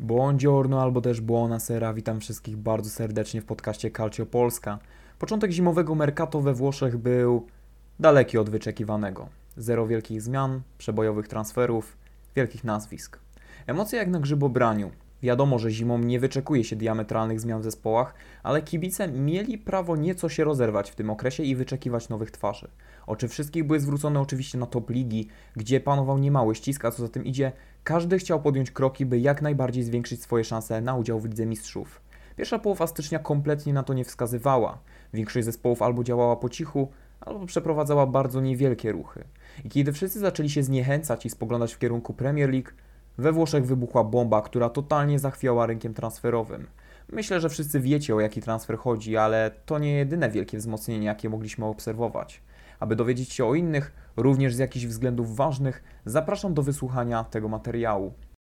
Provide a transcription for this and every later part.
Buongiorno albo też buonasera, witam wszystkich bardzo serdecznie w podcaście Calcio Polska. Początek zimowego mercato we Włoszech był daleki od wyczekiwanego. Zero wielkich zmian, przebojowych transferów, wielkich nazwisk. Emocje jak na grzybobraniu. Wiadomo, że zimą nie wyczekuje się diametralnych zmian w zespołach, ale kibice mieli prawo nieco się rozerwać w tym okresie i wyczekiwać nowych twarzy. Oczy wszystkich były zwrócone oczywiście na top ligi, gdzie panował niemały ścisk, a co za tym idzie, każdy chciał podjąć kroki, by jak najbardziej zwiększyć swoje szanse na udział w Lidze Mistrzów. Pierwsza połowa stycznia kompletnie na to nie wskazywała. Większość zespołów albo działała po cichu, albo przeprowadzała bardzo niewielkie ruchy. I kiedy wszyscy zaczęli się zniechęcać i spoglądać w kierunku Premier League, we Włoszech wybuchła bomba, która totalnie zachwiała rynkiem transferowym. Myślę, że wszyscy wiecie, o jaki transfer chodzi, ale to nie jedyne wielkie wzmocnienie, jakie mogliśmy obserwować. Aby dowiedzieć się o innych, również z jakichś względów ważnych, zapraszam do wysłuchania tego materiału.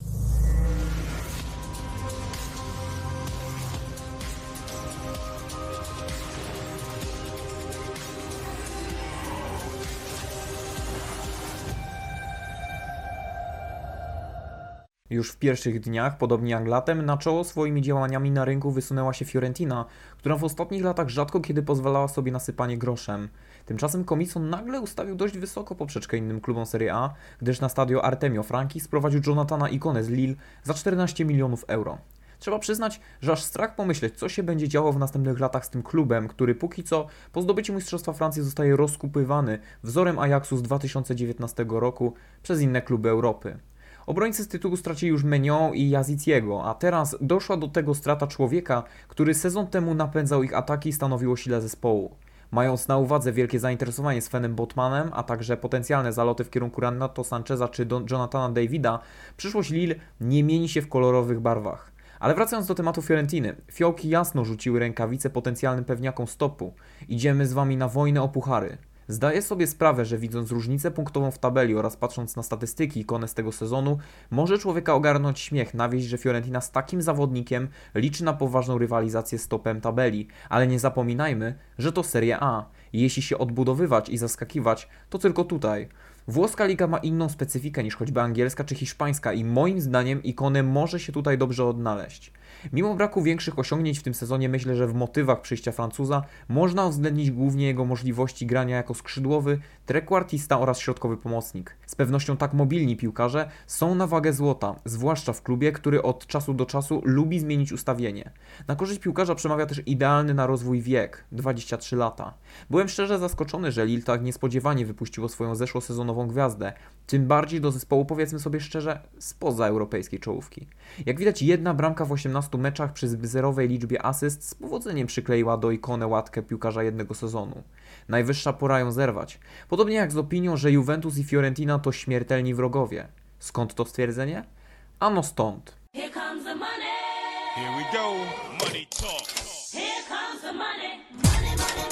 Już w pierwszych dniach, podobnie jak latem, na czoło swoimi działaniami na rynku wysunęła się Fiorentina, która w ostatnich latach rzadko kiedy pozwalała sobie na sypanie groszem. Tymczasem Comiso nagle ustawił dość wysoko poprzeczkę innym klubom Serie A, gdyż na stadio Artemio Franchi sprowadził Jonathana Iconę z Lille za 14 milionów euro. Trzeba przyznać, że aż strach pomyśleć, co się będzie działo w następnych latach z tym klubem, który póki co po zdobyciu Mistrzostwa Francji zostaje rozkupywany wzorem Ajaxu z 2019 roku przez inne kluby Europy. Obrońcy z tytułu stracili już Menion i Yaziciego, a teraz doszła do tego strata człowieka, który sezon temu napędzał ich ataki i stanowił o sile zespołu. Mając na uwadze wielkie zainteresowanie Svenem Botmanem, a także potencjalne zaloty w kierunku Renato Sancheza czy Jonathana Davida, przyszłość Lille nie mieni się w kolorowych barwach. Ale wracając do tematu Fiorentiny, fiołki jasno rzuciły rękawice potencjalnym pewniakom stopu. Idziemy z wami na wojnę o puchary. Zdaję sobie sprawę, że widząc różnicę punktową w tabeli oraz patrząc na statystyki Ikone z tego sezonu, może człowieka ogarnąć śmiech na wieść, że Fiorentina z takim zawodnikiem liczy na poważną rywalizację z topem tabeli, ale nie zapominajmy, że to Serie A i jeśli się odbudowywać i zaskakiwać, to tylko tutaj. Włoska liga ma inną specyfikę niż choćby angielska czy hiszpańska i moim zdaniem Ikone może się tutaj dobrze odnaleźć. Mimo braku większych osiągnięć w tym sezonie myślę, że w motywach przyjścia Francuza można uwzględnić głównie jego możliwości grania jako skrzydłowy, trequartista oraz środkowy pomocnik. Z pewnością tak mobilni piłkarze są na wagę złota, zwłaszcza w klubie, który od czasu do czasu lubi zmienić ustawienie. Na korzyść piłkarza przemawia też idealny na rozwój wiek, 23 lata. Byłem szczerze zaskoczony, że Lille tak niespodziewanie wypuściło swoją zeszłosezonową gwiazdę, tym bardziej do zespołu, powiedzmy sobie szczerze, spoza europejskiej czołówki. Jak widać, jedna bramka w 18 meczach przy zerowej liczbie asyst z powodzeniem przykleiła do Ikone łatkę piłkarza jednego sezonu. Najwyższa pora ją zerwać. Podobnie jak z opinią, że Juventus i Fiorentina to śmiertelni wrogowie. Skąd to stwierdzenie? Ano stąd. Here comes the money. Here we go. Money talk. Here comes the money. Money, money,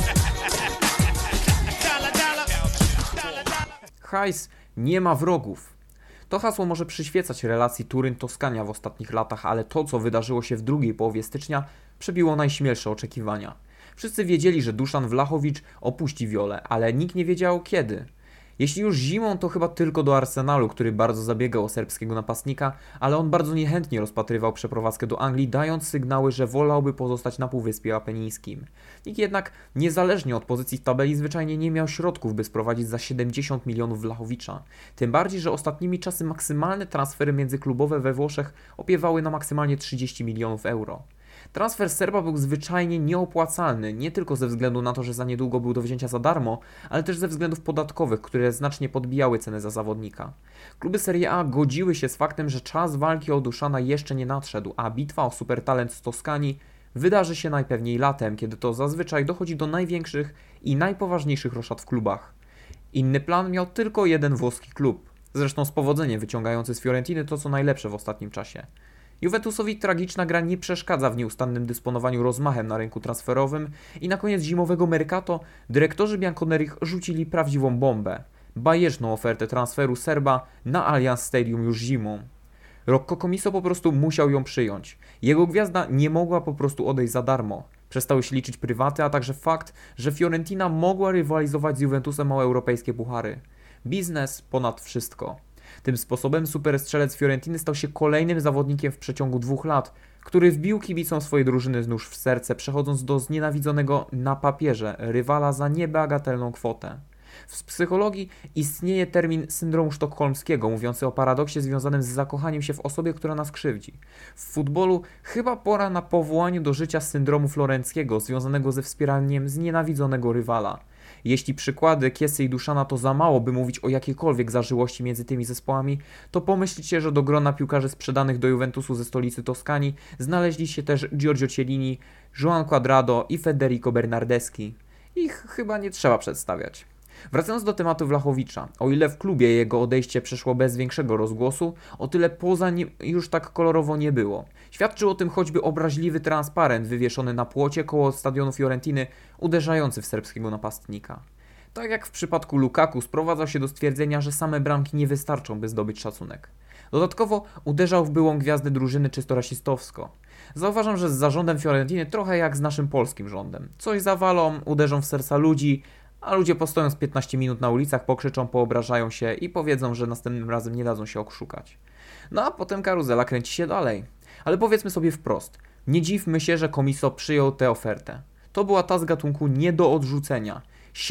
money. Dollar, dollar. Dollar, dollar. Hajs nie ma wrogów. To hasło może przyświecać relacji Turyn-Toskania w ostatnich latach, ale to, co wydarzyło się w drugiej połowie stycznia, przebiło najśmielsze oczekiwania. Wszyscy wiedzieli, że Duszan Vlahovic opuści Violę, ale nikt nie wiedział kiedy. Jeśli już zimą, to chyba tylko do Arsenalu, który bardzo zabiegał o serbskiego napastnika, ale on bardzo niechętnie rozpatrywał przeprowadzkę do Anglii, dając sygnały, że wolałby pozostać na Półwyspie Apenińskim. Nikt jednak, niezależnie od pozycji w tabeli, zwyczajnie nie miał środków, by sprowadzić za 70 milionów Vlahovicza. Tym bardziej, że ostatnimi czasy maksymalne transfery międzyklubowe we Włoszech opiewały na maksymalnie 30 milionów euro. Transfer Serba był zwyczajnie nieopłacalny, nie tylko ze względu na to, że za niedługo był do wzięcia za darmo, ale też ze względów podatkowych, które znacznie podbijały cenę za zawodnika. Kluby Serie A godziły się z faktem, że czas walki o Duszana jeszcze nie nadszedł, a bitwa o supertalent z Toskanii wydarzy się najpewniej latem, kiedy to zazwyczaj dochodzi do największych i najpoważniejszych roszad w klubach. Inny plan miał tylko jeden włoski klub, zresztą z powodzeniem wyciągający z Fiorentiny to co najlepsze w ostatnim czasie. Juventusowi tragiczna gra nie przeszkadza w nieustannym dysponowaniu rozmachem na rynku transferowym i na koniec zimowego mercato dyrektorzy Bianconerich rzucili prawdziwą bombę. Bajeczną ofertę transferu Serba na Allianz Stadium już zimą. Rocco Comiso po prostu musiał ją przyjąć. Jego gwiazda nie mogła po prostu odejść za darmo. Przestały się liczyć prywaty, a także fakt, że Fiorentina mogła rywalizować z Juventusem o europejskie puchary. Biznes ponad wszystko. Tym sposobem superstrzelec Fiorentiny stał się kolejnym zawodnikiem w przeciągu 2 lat, który wbił kibicom swojej drużyny nóż w serce, przechodząc do znienawidzonego na papierze rywala za niebagatelną kwotę. W psychologii istnieje termin syndromu sztokholmskiego, mówiący o paradoksie związanym z zakochaniem się w osobie, która nas krzywdzi. W futbolu chyba pora na powołanie do życia syndromu florenckiego, związanego ze wspieraniem znienawidzonego rywala. Jeśli przykłady Chiesy i Duszana to za mało, by mówić o jakiejkolwiek zażyłości między tymi zespołami, to pomyślcie, że do grona piłkarzy sprzedanych do Juventusu ze stolicy Toskanii znaleźli się też Giorgio Chiellini, Joan Cuadrado i Federico Bernardeschi. Ich chyba nie trzeba przedstawiać. Wracając do tematu Vlahowicza, o ile w klubie jego odejście przeszło bez większego rozgłosu, o tyle poza nim już tak kolorowo nie było. Świadczył o tym choćby obraźliwy transparent wywieszony na płocie koło stadionu Fiorentiny, uderzający w serbskiego napastnika. Tak jak w przypadku Lukaku sprowadzał się do stwierdzenia, że same bramki nie wystarczą, by zdobyć szacunek. Dodatkowo uderzał w byłą gwiazdę drużyny czysto rasistowsko. Zauważam, że z zarządem Fiorentiny trochę jak z naszym polskim rządem. Coś zawalą, uderzą w serca ludzi, a ludzie postoją z 15 minut na ulicach, pokrzyczą, poobrażają się i powiedzą, że następnym razem nie dadzą się oszukać. No a potem karuzela kręci się dalej. Ale powiedzmy sobie wprost, nie dziwmy się, że Comiso przyjął tę ofertę. To była ta z gatunku nie do odrzucenia.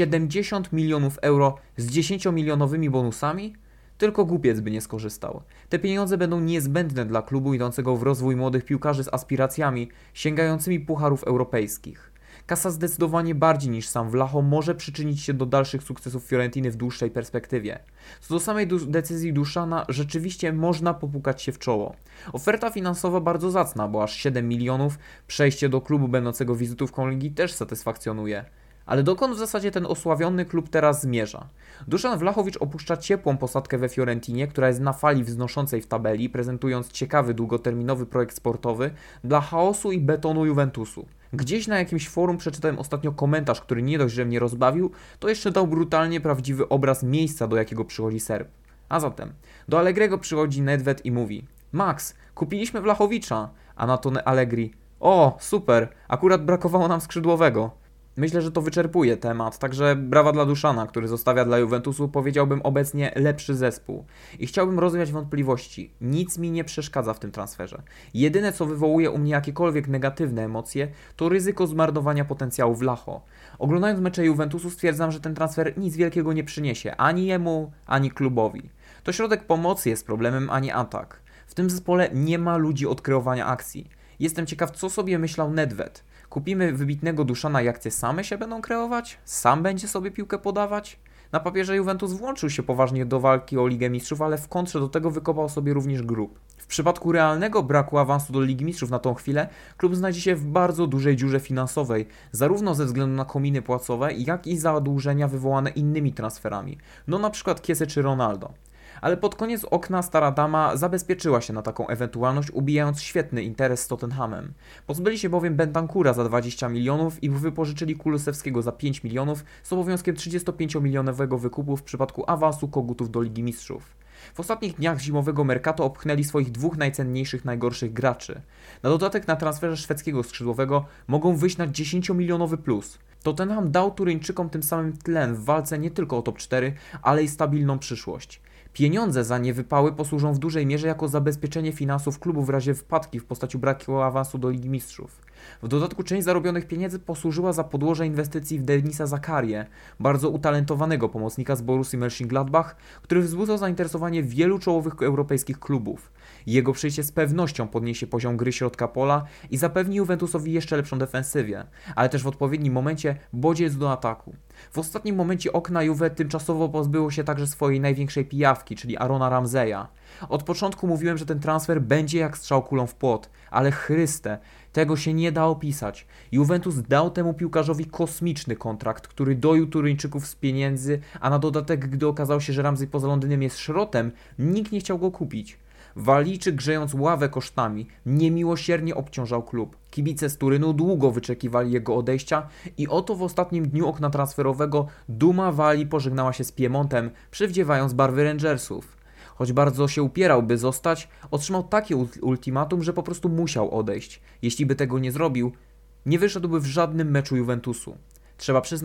70 milionów euro z 10-milionowymi bonusami? Tylko głupiec by nie skorzystał. Te pieniądze będą niezbędne dla klubu idącego w rozwój młodych piłkarzy z aspiracjami sięgającymi pucharów europejskich. Kasa zdecydowanie bardziej niż sam Vlaho może przyczynić się do dalszych sukcesów Fiorentiny w dłuższej perspektywie. Co do samej decyzji Duszana, rzeczywiście można popukać się w czoło. Oferta finansowa bardzo zacna, bo aż 7 milionów, przejście do klubu będącego wizytówką ligi też satysfakcjonuje. Ale dokąd w zasadzie ten osławiony klub teraz zmierza? Duszan Vlahovic opuszcza ciepłą posadkę we Fiorentinie, która jest na fali wznoszącej w tabeli, prezentując ciekawy, długoterminowy projekt sportowy dla chaosu i betonu Juventusu. Gdzieś na jakimś forum przeczytałem ostatnio komentarz, który nie dość, że mnie rozbawił, to jeszcze dał brutalnie prawdziwy obraz miejsca, do jakiego przychodzi Serb. A zatem, do Allegrego przychodzi Nedved i mówi: Max, kupiliśmy Vlahovicza, a na to Allegri: o, super, akurat brakowało nam skrzydłowego. Myślę, że to wyczerpuje temat, także brawa dla Duszana, który zostawia dla Juventusu, powiedziałbym obecnie, lepszy zespół. I chciałbym rozwiać wątpliwości. Nic mi nie przeszkadza w tym transferze. Jedyne, co wywołuje u mnie jakiekolwiek negatywne emocje, to ryzyko zmarnowania potencjału Vlaho. Oglądając mecze Juventusu stwierdzam, że ten transfer nic wielkiego nie przyniesie ani jemu, ani klubowi. To środek pomocy jest problemem, a nie atak. W tym zespole nie ma ludzi od kreowania akcji. Jestem ciekaw, co sobie myślał Nedved. Kupimy wybitnego Duszana i akcje same się będą kreować? Sam będzie sobie piłkę podawać? Na papierze Juventus włączył się poważnie do walki o Ligę Mistrzów, ale w kontrze do tego wykopał sobie również grób. W przypadku realnego braku awansu do Ligi Mistrzów na tą chwilę, klub znajdzie się w bardzo dużej dziurze finansowej, zarówno ze względu na kominy płacowe, jak i zadłużenia wywołane innymi transferami, no na przykład Chiesy czy Ronaldo. Ale pod koniec okna stara dama zabezpieczyła się na taką ewentualność, ubijając świetny interes z Tottenhamem. Pozbyli się bowiem Bentancura za 20 milionów i wypożyczyli Kulusewskiego za 5 milionów z obowiązkiem 35-milionowego wykupu w przypadku awansu Kogutów do Ligi Mistrzów. W ostatnich dniach zimowego mercato obchnęli swoich dwóch najcenniejszych, najgorszych graczy. Na dodatek na transferze szwedzkiego skrzydłowego mogą wyjść na 10-milionowy plus. Tottenham dał Turyńczykom tym samym tlen w walce nie tylko o top 4, ale i stabilną przyszłość. Pieniądze za niewypały posłużą w dużej mierze jako zabezpieczenie finansów klubu w razie wpadki w postaci braku awansu do Ligi Mistrzów. W dodatku część zarobionych pieniędzy posłużyła za podłoże inwestycji w Denisa Zakarię, bardzo utalentowanego pomocnika z Borussii Mönchengladbach, który wzbudzał zainteresowanie wielu czołowych europejskich klubów. Jego przyjście z pewnością podniesie poziom gry środka pola i zapewni Juventusowi jeszcze lepszą defensywę, ale też w odpowiednim momencie bodziec do ataku. W ostatnim momencie okna Juve tymczasowo pozbyło się także swojej największej pijawki, czyli Arona Ramseya. Od początku mówiłem, że ten transfer będzie jak strzał kulą w płot, ale Chryste, tego się nie da opisać. Juventus dał temu piłkarzowi kosmiczny kontrakt, który doił Turyńczyków z pieniędzy, a na dodatek, gdy okazało się, że Ramsey poza Londynem jest szrotem, nikt nie chciał go kupić. Walijczyk, grzejąc ławę kosztami, niemiłosiernie obciążał klub. Kibice z Turynu długo wyczekiwali jego odejścia i oto w ostatnim dniu okna transferowego duma Walii pożegnała się z Piemontem, przywdziewając barwy Rangersów. Choć bardzo się upierał, by zostać, otrzymał takie ultimatum, że po prostu musiał odejść. Jeśli by tego nie zrobił, nie wyszedłby w żadnym meczu Juventusu. Trzeba przyznać,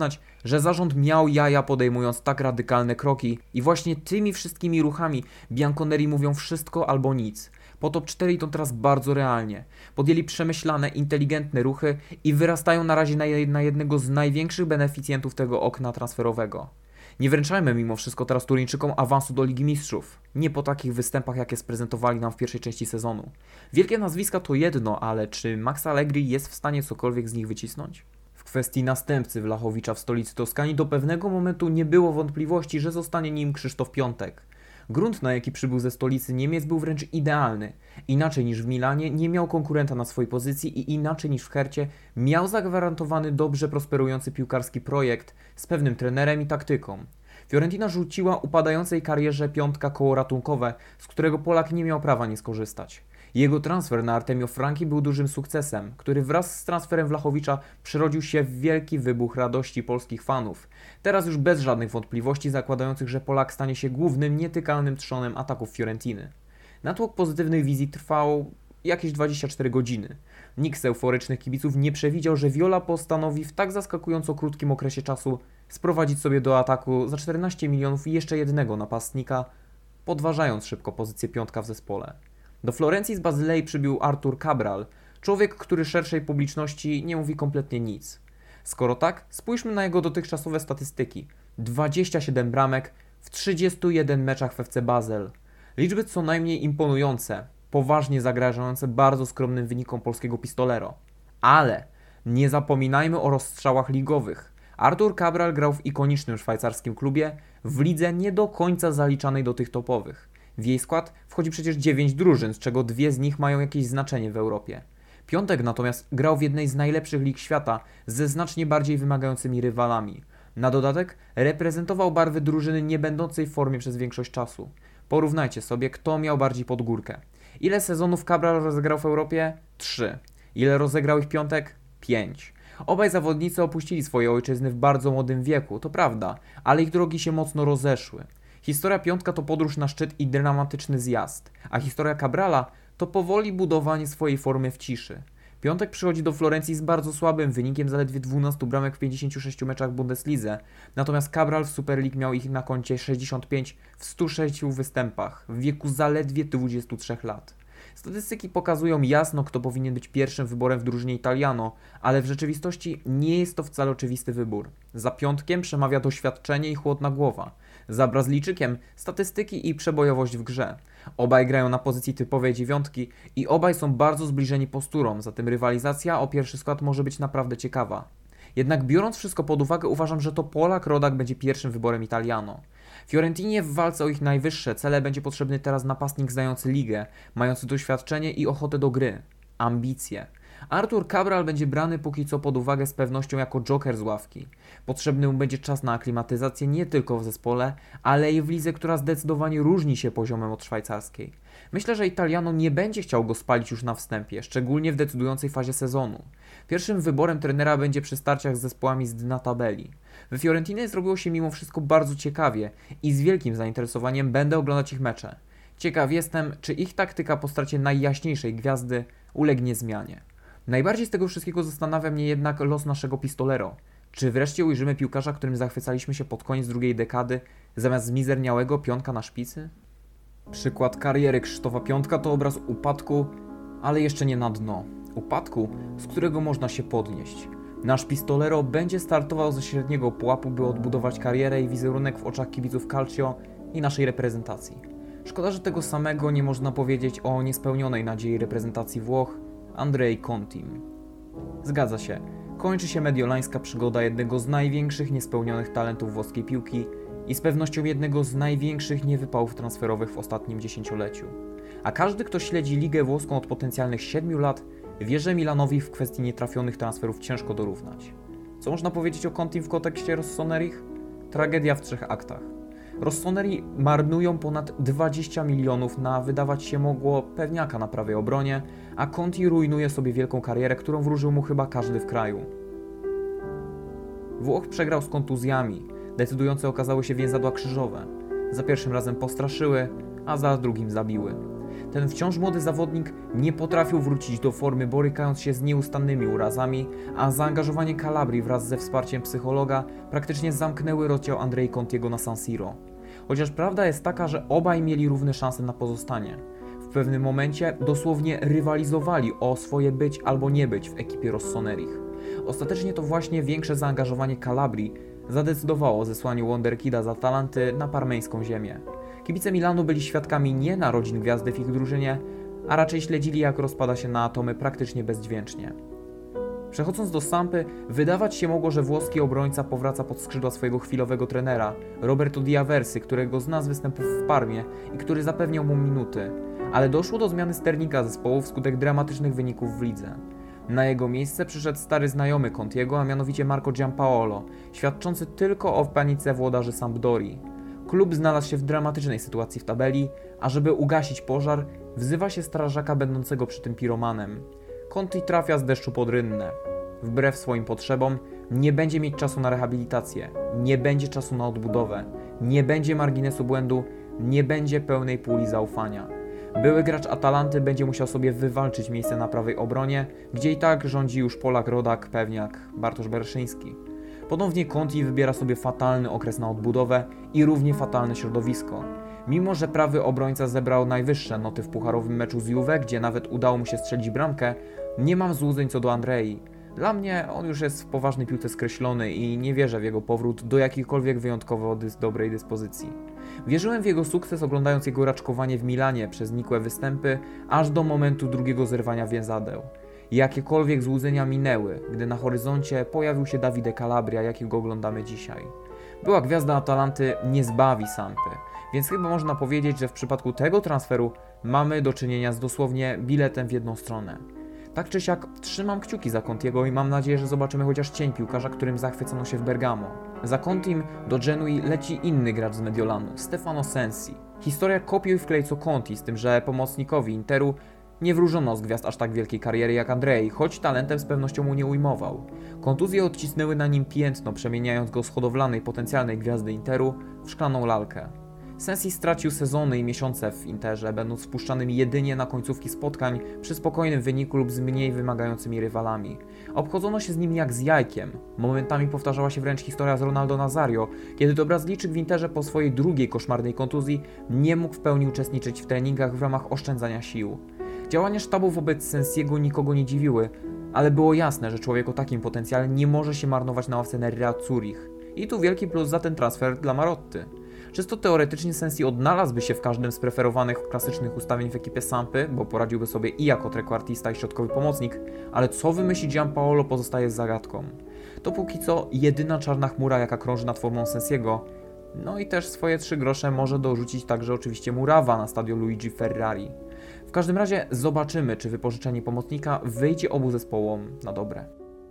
że zarząd miał jaja podejmując tak radykalne kroki i właśnie tymi wszystkimi ruchami Bianconeri mówią wszystko albo nic. Po top 4 idą teraz bardzo realnie. Podjęli przemyślane, inteligentne ruchy i wyrastają na razie na jednego z największych beneficjentów tego okna transferowego. Nie wręczajmy mimo wszystko teraz Turyńczykom awansu do Ligi Mistrzów. Nie po takich występach, jakie sprezentowali nam w pierwszej części sezonu. Wielkie nazwiska to jedno, ale czy Max Allegri jest w stanie cokolwiek z nich wycisnąć? W kwestii następcy Vlachowicza w stolicy Toskanii do pewnego momentu nie było wątpliwości, że zostanie nim Krzysztof Piątek. Grunt, na jaki przybył ze stolicy Niemiec, był wręcz idealny. Inaczej niż w Milanie nie miał konkurenta na swojej pozycji i inaczej niż w Hercie miał zagwarantowany dobrze prosperujący piłkarski projekt z pewnym trenerem i taktyką. Fiorentina rzuciła upadającej karierze Piątka koło ratunkowe, z którego Polak nie miał prawa nie skorzystać. Jego transfer na Artemio Franki był dużym sukcesem, który wraz z transferem Vlachowicza przerodził się w wielki wybuch radości polskich fanów. Teraz już bez żadnych wątpliwości zakładających, że Polak stanie się głównym, nietykalnym trzonem ataków Fiorentiny. Natłok pozytywnych wizji trwał jakieś 24 godziny. Nikt z euforycznych kibiców nie przewidział, że Viola postanowi w tak zaskakująco krótkim okresie czasu sprowadzić sobie do ataku za 14 milionów jeszcze jednego napastnika, podważając szybko pozycję Piątka w zespole. Do Florencji z Bazylei przybył Artur Cabral, człowiek, który szerszej publiczności nie mówi kompletnie nic. Skoro tak, spójrzmy na jego dotychczasowe statystyki. 27 bramek w 31 meczach w FC Basel. Liczby co najmniej imponujące, poważnie zagrażające bardzo skromnym wynikom polskiego pistolero. Ale nie zapominajmy o rozstrzałach ligowych. Artur Cabral grał w ikonicznym szwajcarskim klubie, w lidze nie do końca zaliczanej do tych topowych. W jej skład wchodzi przecież 9 drużyn, z czego 2 z nich mają jakieś znaczenie w Europie. Piątek natomiast grał w jednej z najlepszych lig świata ze znacznie bardziej wymagającymi rywalami. Na dodatek reprezentował barwy drużyny nie będącej w formie przez większość czasu. Porównajcie sobie, kto miał bardziej pod górkę. Ile sezonów Cabral rozegrał w Europie? 3. Ile rozegrał ich Piątek? 5. Obaj zawodnicy opuścili swoje ojczyzny w bardzo młodym wieku, to prawda, ale ich drogi się mocno rozeszły. Historia Piątka to podróż na szczyt i dramatyczny zjazd, a historia Cabrala to powoli budowanie swojej formy w ciszy. Piątek przychodzi do Florencji z bardzo słabym wynikiem, zaledwie 12 bramek w 56 meczach w Bundeslidze, natomiast Cabral w Super League miał ich na koncie 65 w 106 występach, w wieku zaledwie 23 lat. Statystyki pokazują jasno, kto powinien być pierwszym wyborem w drużynie Italiano, ale w rzeczywistości nie jest to wcale oczywisty wybór. Za Piątkiem przemawia doświadczenie i chłodna głowa. Za Brazylijczykiem statystyki i przebojowość w grze. Obaj grają na pozycji typowej dziewiątki i obaj są bardzo zbliżeni posturą, zatem rywalizacja o pierwszy skład może być naprawdę ciekawa. Jednak biorąc wszystko pod uwagę, uważam, że to Polak Rodak będzie pierwszym wyborem Italiano. Fiorentinie w walce o ich najwyższe cele będzie potrzebny teraz napastnik znający ligę, mający doświadczenie i ochotę do gry. Ambicje. Artur Cabral będzie brany póki co pod uwagę z pewnością jako joker z ławki. Potrzebny mu będzie czas na aklimatyzację nie tylko w zespole, ale i w lidze, która zdecydowanie różni się poziomem od szwajcarskiej. Myślę, że Italiano nie będzie chciał go spalić już na wstępie, szczególnie w decydującej fazie sezonu. Pierwszym wyborem trenera będzie przy starciach z zespołami z dna tabeli. We Fiorentinie zrobiło się mimo wszystko bardzo ciekawie i z wielkim zainteresowaniem będę oglądać ich mecze. Ciekaw jestem, czy ich taktyka po stracie najjaśniejszej gwiazdy ulegnie zmianie. Najbardziej z tego wszystkiego zastanawia mnie jednak los naszego pistolero. Czy wreszcie ujrzymy piłkarza, którym zachwycaliśmy się pod koniec drugiej dekady, zamiast zmizerniałego Piątka na szpicy? Przykład kariery Krzysztofa Piątka to obraz upadku, ale jeszcze nie na dno. Upadku, z którego można się podnieść. Nasz pistolero będzie startował ze średniego pułapu, by odbudować karierę i wizerunek w oczach kibiców Calcio i naszej reprezentacji. Szkoda, że tego samego nie można powiedzieć o niespełnionej nadziei reprezentacji Włoch, Andrei Contim. Zgadza się, kończy się mediolańska przygoda jednego z największych niespełnionych talentów włoskiej piłki i z pewnością jednego z największych niewypałów transferowych w ostatnim dziesięcioleciu. A każdy, kto śledzi ligę włoską od potencjalnych 7 lat, wie, że Milanowi w kwestii nietrafionych transferów ciężko dorównać. Co można powiedzieć o Contim w kontekście Rossonerich? Tragedia w 3 aktach. Rossoneri marnują ponad 20 milionów na wydawać się mogło pewniaka na prawej obronie, a Conti rujnuje sobie wielką karierę, którą wróżył mu chyba każdy w kraju. Włoch przegrał z kontuzjami, decydujące okazały się więzadła krzyżowe. Za pierwszym razem postraszyły, a za drugim zabiły. Ten wciąż młody zawodnik nie potrafił wrócić do formy, borykając się z nieustannymi urazami, a zaangażowanie Calabrii wraz ze wsparciem psychologa praktycznie zamknęły rozdział Andrei Contiego na San Siro. Chociaż prawda jest taka, że obaj mieli równe szanse na pozostanie. W pewnym momencie dosłownie rywalizowali o swoje być albo nie być w ekipie Rossoneri. Ostatecznie to właśnie większe zaangażowanie Calabrii zadecydowało o zesłaniu Wonderkida z Atalanty na parmeńską ziemię. Kibice Milanu byli świadkami nie narodzin gwiazdy w ich drużynie, a raczej śledzili, jak rozpada się na atomy praktycznie bezdźwięcznie. Przechodząc do Sampy, wydawać się mogło, że włoski obrońca powraca pod skrzydła swojego chwilowego trenera, Roberto Di Aversi, którego zna z występów w Parmie i który zapewniał mu minuty, ale doszło do zmiany sternika zespołu wskutek dramatycznych wyników w lidze. Na jego miejsce przyszedł stary znajomy Contiego, a mianowicie Marco Giampaolo, świadczący tylko o panice włodarzy Sampdorii. Klub znalazł się w dramatycznej sytuacji w tabeli, a żeby ugasić pożar, wzywa się strażaka będącego przy tym piromanem. Conti trafia z deszczu pod rynnę. Wbrew swoim potrzebom nie będzie mieć czasu na rehabilitację, nie będzie czasu na odbudowę, nie będzie marginesu błędu, nie będzie pełnej puli zaufania. Były gracz Atalanty będzie musiał sobie wywalczyć miejsce na prawej obronie, gdzie i tak rządzi już Polak, rodak, pewniak Bartosz Bereszyński. Ponownie Conti wybiera sobie fatalny okres na odbudowę i równie fatalne środowisko. Mimo że prawy obrońca zebrał najwyższe noty w pucharowym meczu z Juve, gdzie nawet udało mu się strzelić bramkę, nie mam złudzeń co do Andrei. Dla mnie on już jest w poważnej piłce skreślony i nie wierzę w jego powrót do jakiejkolwiek wyjątkowo dobrej dyspozycji. Wierzyłem w jego sukces oglądając jego raczkowanie w Milanie przez nikłe występy, aż do momentu drugiego zerwania więzadeł. Jakiekolwiek złudzenia minęły, gdy na horyzoncie pojawił się Davide Calabria, jakiego oglądamy dzisiaj. Była gwiazda Atalanty nie zbawi Sampy, więc chyba można powiedzieć, że w przypadku tego transferu mamy do czynienia z dosłownie biletem w jedną stronę. Tak czy siak trzymam kciuki za Contiego i mam nadzieję, że zobaczymy chociaż cień piłkarza, którym zachwycono się w Bergamo. Za Contim do Genui leci inny gracz z Mediolanu, Stefano Sensi. Historia kopiuj wklej co Conti, z tym że pomocnikowi Interu nie wróżono z gwiazd aż tak wielkiej kariery jak Andrei, choć talentem z pewnością mu nie ujmował. Kontuzje odcisnęły na nim piętno, przemieniając go z hodowlanej potencjalnej gwiazdy Interu w szklaną lalkę. Sensi stracił sezony i miesiące w Interze, będąc wpuszczanym jedynie na końcówki spotkań przy spokojnym wyniku lub z mniej wymagającymi rywalami. Obchodzono się z nim jak z jajkiem. Momentami powtarzała się wręcz historia z Ronaldo Nazario, kiedy to Brazylijczyk w Interze po swojej drugiej koszmarnej kontuzji nie mógł w pełni uczestniczyć w treningach w ramach oszczędzania sił. Działania sztabu wobec Sensiego nikogo nie dziwiły, ale było jasne, że człowiek o takim potencjale nie może się marnować na ławce Nerrea Zurich. I tu wielki plus za ten transfer dla Marotty. Czysto teoretycznie Sensi odnalazłby się w każdym z preferowanych klasycznych ustawień w ekipie Sampy, bo poradziłby sobie i jako trequartista i środkowy pomocnik, ale co wymyśli Giampaolo pozostaje zagadką. To póki co jedyna czarna chmura, jaka krąży nad formą Sensiego. No i też swoje 3 grosze może dorzucić także oczywiście murawa na stadio Luigi Ferrari. W każdym razie zobaczymy, czy wypożyczenie pomocnika wyjdzie obu zespołom na dobre.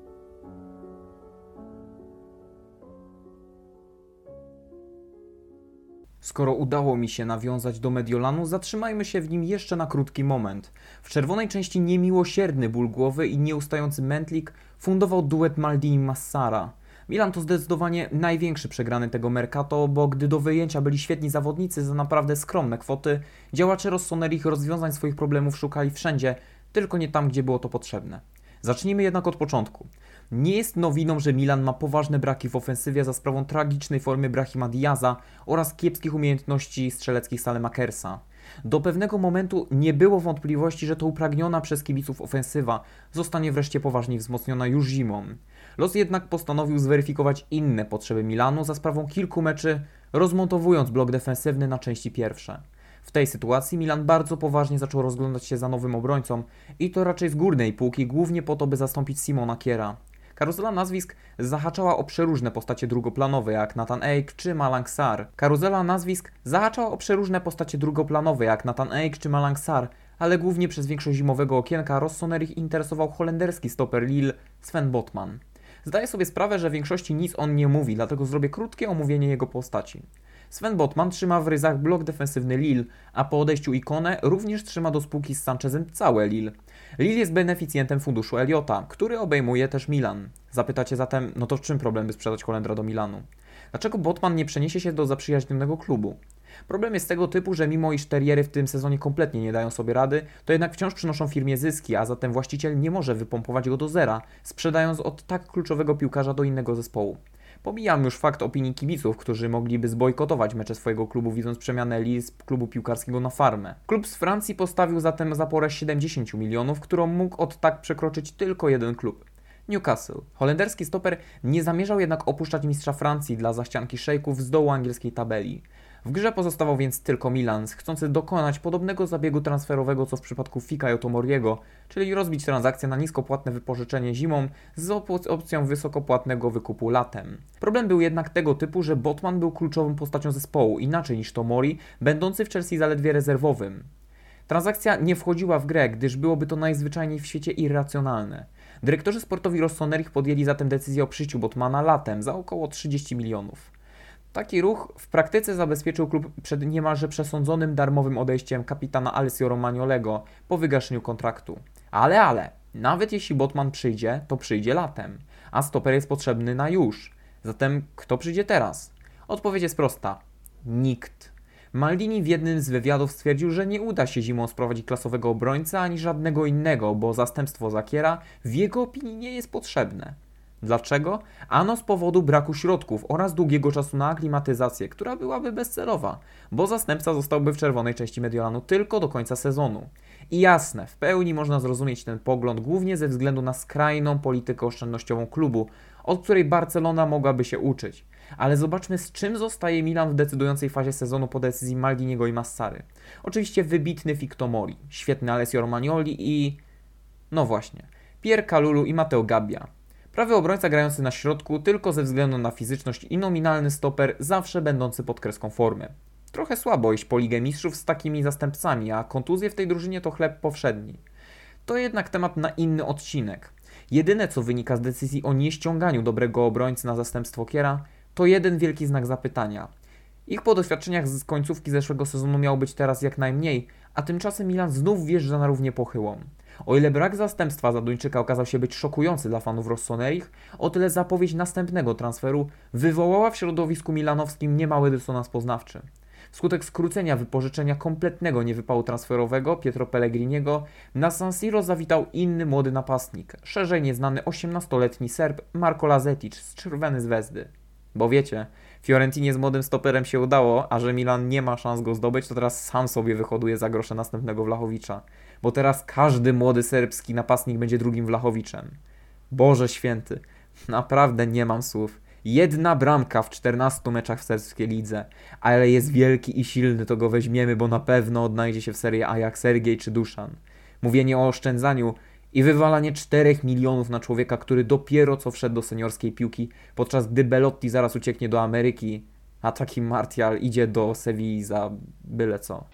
Skoro udało mi się nawiązać do Mediolanu, zatrzymajmy się w nim jeszcze na krótki moment. W czerwonej części niemiłosierny ból głowy i nieustający mętlik fundował duet Maldini-Massara. Milan to zdecydowanie największy przegrany tego mercato, bo gdy do wyjęcia byli świetni zawodnicy za naprawdę skromne kwoty, działacze Rossonerich rozwiązań swoich problemów szukali wszędzie, tylko nie tam, gdzie było to potrzebne. Zacznijmy jednak od początku. Nie jest nowiną, że Milan ma poważne braki w ofensywie za sprawą tragicznej formy Brahima Diaza oraz kiepskich umiejętności strzeleckich Salemakersa. Do pewnego momentu nie było wątpliwości, że to upragniona przez kibiców ofensywa zostanie wreszcie poważnie wzmocniona już zimą. Los jednak postanowił zweryfikować inne potrzeby Milanu za sprawą kilku meczy, rozmontowując blok defensywny na części pierwsze. W tej sytuacji Milan bardzo poważnie zaczął rozglądać się za nowym obrońcą i to raczej z górnej półki, głównie po to, by zastąpić Simona Kiera. Karuzela nazwisk zahaczała o przeróżne postacie drugoplanowe jak Nathan Ake czy Malang Sarr, ale głównie przez większość zimowego okienka Rossonerich interesował holenderski stoper Lille Sven Botman. Zdaję sobie sprawę, że większości nic on nie mówi, dlatego zrobię krótkie omówienie jego postaci. Sven Botman trzyma w ryzach blok defensywny Lille, a po odejściu Ikone również trzyma do spółki z Sanchezem całe Lille. Lille jest beneficjentem funduszu Eliota, który obejmuje też Milan. Zapytacie zatem, no to w czym problem, by sprzedać Holendra do Milanu? Dlaczego Botman nie przeniesie się do zaprzyjaźnionego klubu? Problem jest tego typu, że mimo iż teriery w tym sezonie kompletnie nie dają sobie rady, to jednak wciąż przynoszą firmie zyski, a zatem właściciel nie może wypompować go do zera, sprzedając od tak kluczowego piłkarza do innego zespołu. Pomijam już fakt opinii kibiców, którzy mogliby zbojkotować mecze swojego klubu, widząc przemianę Lille z klubu piłkarskiego na farmę. Klub z Francji postawił zatem zaporę 70 milionów, którą mógł od tak przekroczyć tylko jeden klub. Newcastle. Holenderski stoper nie zamierzał jednak opuszczać mistrza Francji dla zachcianki szejków z dołu angielskiej tabeli. W grze pozostawał więc tylko Milan, chcący dokonać podobnego zabiegu transferowego co w przypadku Fikayo Tomoriego, czyli rozbić transakcję na niskopłatne wypożyczenie zimą z opcją wysokopłatnego wykupu latem. Problem był jednak tego typu, że Botman był kluczową postacią zespołu, inaczej niż Tomori, będący w Chelsea zaledwie rezerwowym. Transakcja nie wchodziła w grę, gdyż byłoby to najzwyczajniej w świecie irracjonalne. Dyrektorzy sportowi Rossoneri podjęli zatem decyzję o przyjściu Botmana latem za około 30 milionów. Taki ruch w praktyce zabezpieczył klub przed niemalże przesądzonym darmowym odejściem kapitana Alessio Romagnolego po wygaszeniu kontraktu. Ale, nawet jeśli Botman przyjdzie, to przyjdzie latem, a stoper jest potrzebny na już. Zatem kto przyjdzie teraz? Odpowiedź jest prosta. Nikt. Maldini w jednym z wywiadów stwierdził, że nie uda się zimą sprowadzić klasowego obrońcy ani żadnego innego, bo zastępstwo Zakiera w jego opinii nie jest potrzebne. Dlaczego? Ano z powodu braku środków oraz długiego czasu na aklimatyzację, która byłaby bezcelowa, bo zastępca zostałby w czerwonej części Mediolanu tylko do końca sezonu. I jasne, w pełni można zrozumieć ten pogląd głównie ze względu na skrajną politykę oszczędnościową klubu, od której Barcelona mogłaby się uczyć. Ale zobaczmy, z czym zostaje Milan w decydującej fazie sezonu po decyzji Maldiniego i Massary. Oczywiście wybitny Fic Tomori, świetny Alessio Romagnoli i... no właśnie, Pierre Kalulu i Matteo Gabbia. Prawy obrońca grający na środku tylko ze względu na fizyczność i nominalny stoper zawsze będący pod kreską formy. Trochę słabo iść po Ligę Mistrzów z takimi zastępcami, a kontuzje w tej drużynie to chleb powszedni. To jednak temat na inny odcinek. Jedyne co wynika z decyzji o nieściąganiu dobrego obrońcy na zastępstwo Kiera to jeden wielki znak zapytania. Ich po doświadczeniach z końcówki zeszłego sezonu miało być teraz jak najmniej, a tymczasem Milan znów wjeżdża na równię pochyłą. O ile brak zastępstwa za Duńczyka okazał się być szokujący dla fanów Rossonerich, o tyle zapowiedź następnego transferu wywołała w środowisku milanowskim niemały dysonans poznawczy. Wskutek skrócenia wypożyczenia kompletnego niewypału transferowego Pietro Pellegriniego na San Siro zawitał inny młody napastnik, szerzej nieznany 18-letni Serb Marko Lazetic z Crvene Zvezdy. Bo wiecie, Fiorentinie z młodym stoperem się udało, a że Milan nie ma szans go zdobyć, to teraz sam sobie wyhoduje za grosze następnego Vlahowicza. Bo teraz każdy młody serbski napastnik będzie drugim Vlahoviczem. Boże święty, naprawdę nie mam słów. Jedna bramka w 14 meczach w serbskiej lidze, ale jest wielki i silny, to go weźmiemy, bo na pewno odnajdzie się w serii A jak Sergiej czy Duszan. Mówienie o oszczędzaniu i wywalanie 4 milionów na człowieka, który dopiero co wszedł do seniorskiej piłki, podczas gdy Belotti zaraz ucieknie do Ameryki, a taki Martial idzie do Sewilli za byle co.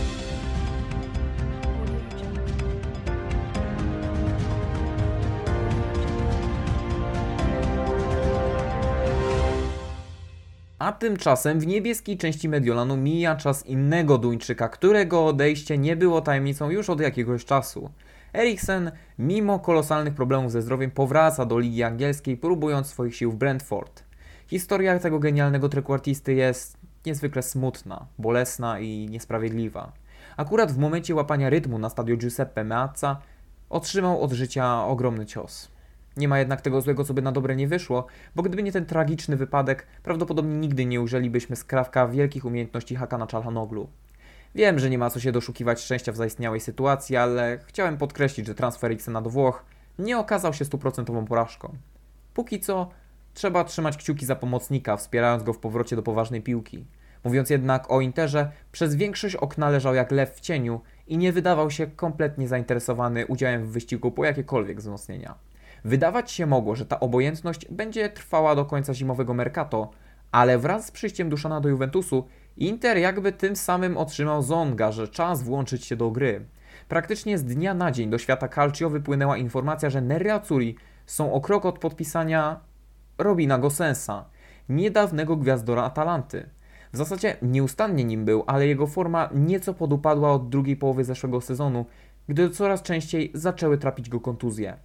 A tymczasem w niebieskiej części Mediolanu mija czas innego Duńczyka, którego odejście nie było tajemnicą już od jakiegoś czasu. Eriksen, mimo kolosalnych problemów ze zdrowiem, powraca do Ligi Angielskiej, próbując swoich sił w Brentford. Historia tego genialnego trequartisty jest niezwykle smutna, bolesna i niesprawiedliwa. Akurat w momencie łapania rytmu na stadion Giuseppe Meazza otrzymał od życia ogromny cios. Nie ma jednak tego złego, co by na dobre nie wyszło, bo gdyby nie ten tragiczny wypadek, prawdopodobnie nigdy nie ujrzelibyśmy skrawka wielkich umiejętności Hakana Çalhanoğlu. Wiem, że nie ma co się doszukiwać szczęścia w zaistniałej sytuacji, ale chciałem podkreślić, że transfer Eriksena do Włoch nie okazał się 100% porażką. Póki co trzeba trzymać kciuki za pomocnika, wspierając go w powrocie do poważnej piłki. Mówiąc jednak o Interze, przez większość okna leżał jak lew w cieniu i nie wydawał się kompletnie zainteresowany udziałem w wyścigu po jakiekolwiek wzmocnienia. Wydawać się mogło, że ta obojętność będzie trwała do końca zimowego mercato, ale wraz z przyjściem Duszana do Juventusu Inter jakby tym samym otrzymał zonga, że czas włączyć się do gry. Praktycznie z dnia na dzień do świata calcio wypłynęła informacja, że Nerazzurri są o krok od podpisania Robina Gossensa, niedawnego gwiazdora Atalanty. W zasadzie nieustannie nim był, ale jego forma nieco podupadła od drugiej połowy zeszłego sezonu, gdy coraz częściej zaczęły trapić go kontuzje.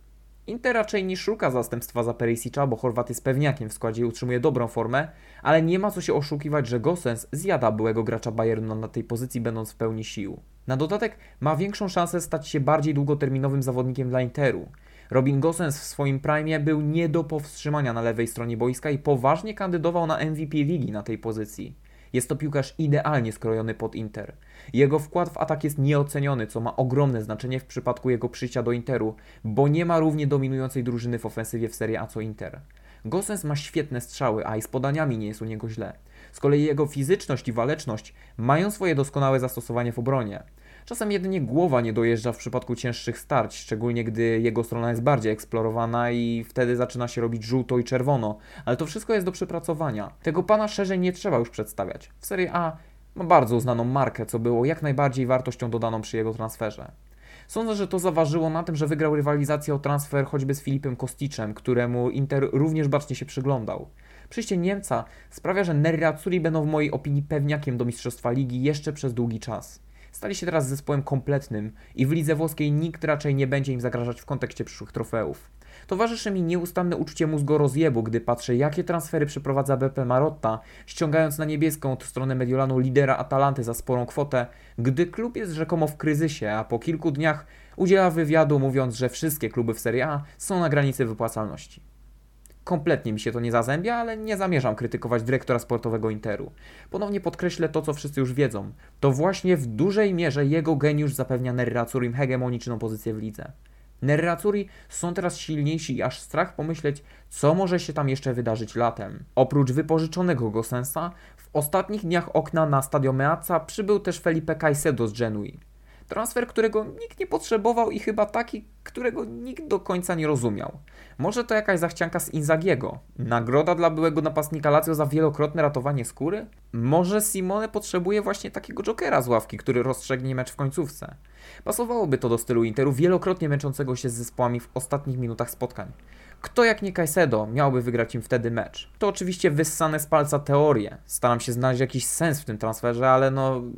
Inter raczej nie szuka zastępstwa za Perisicza, bo Chorwat jest pewniakiem w składzie i utrzymuje dobrą formę, ale nie ma co się oszukiwać, że Gosens zjada byłego gracza Bayernu na tej pozycji, będąc w pełni sił. Na dodatek ma większą szansę stać się bardziej długoterminowym zawodnikiem dla Interu. Robin Gosens w swoim prime był nie do powstrzymania na lewej stronie boiska i poważnie kandydował na MVP ligi na tej pozycji. Jest to piłkarz idealnie skrojony pod Inter. Jego wkład w atak jest nieoceniony, co ma ogromne znaczenie w przypadku jego przyjścia do Interu, bo nie ma równie dominującej drużyny w ofensywie w Serie A co Inter. Gosens ma świetne strzały, a i z podaniami nie jest u niego źle. Z kolei jego fizyczność i waleczność mają swoje doskonałe zastosowanie w obronie. Czasem jedynie głowa nie dojeżdża w przypadku cięższych starć, szczególnie gdy jego strona jest bardziej eksplorowana i wtedy zaczyna się robić żółto i czerwono, ale to wszystko jest do przepracowania. Tego pana szerzej nie trzeba już przedstawiać. W Serie A ma bardzo uznaną markę, co było jak najbardziej wartością dodaną przy jego transferze. Sądzę, że to zaważyło na tym, że wygrał rywalizację o transfer choćby z Filipem Kosticzem, któremu Inter również bacznie się przyglądał. Przyjście Niemca sprawia, że Nerazzurri będą w mojej opinii pewniakiem do Mistrzostwa Ligi jeszcze przez długi czas. Stali się teraz zespołem kompletnym i w lidze włoskiej nikt raczej nie będzie im zagrażać w kontekście przyszłych trofeów. Towarzyszy mi nieustanne uczucie mózgorozjebu, gdy patrzę, jakie transfery przeprowadza BP Marotta, ściągając na niebieską stronę Mediolanu lidera Atalanty za sporą kwotę, gdy klub jest rzekomo w kryzysie, a po kilku dniach udziela wywiadu, mówiąc, że wszystkie kluby w Serie A są na granicy wypłacalności. Kompletnie mi się to nie zazębia, ale nie zamierzam krytykować dyrektora sportowego Interu. Ponownie podkreślę to, co wszyscy już wiedzą. To właśnie w dużej mierze jego geniusz zapewnia Nerazzurrim hegemoniczną pozycję w lidze. Nerazzurri są teraz silniejsi i aż strach pomyśleć, co może się tam jeszcze wydarzyć latem. Oprócz wypożyczonego Gosensa, w ostatnich dniach okna na Stadio Meazza przybył też Felipe Caicedo z Genui. Transfer, którego nikt nie potrzebował i chyba taki, którego nikt do końca nie rozumiał. Może to jakaś zachcianka z Inzagiego? Nagroda dla byłego napastnika Lazio za wielokrotne ratowanie skóry? Może Simone potrzebuje właśnie takiego jokera z ławki, który rozstrzegnie mecz w końcówce? Pasowałoby to do stylu Interu, wielokrotnie męczącego się z zespołami w ostatnich minutach spotkań. Kto jak nie Caicedo miałby wygrać im wtedy mecz? To oczywiście wyssane z palca teorie. Staram się znaleźć jakiś sens w tym transferze, ale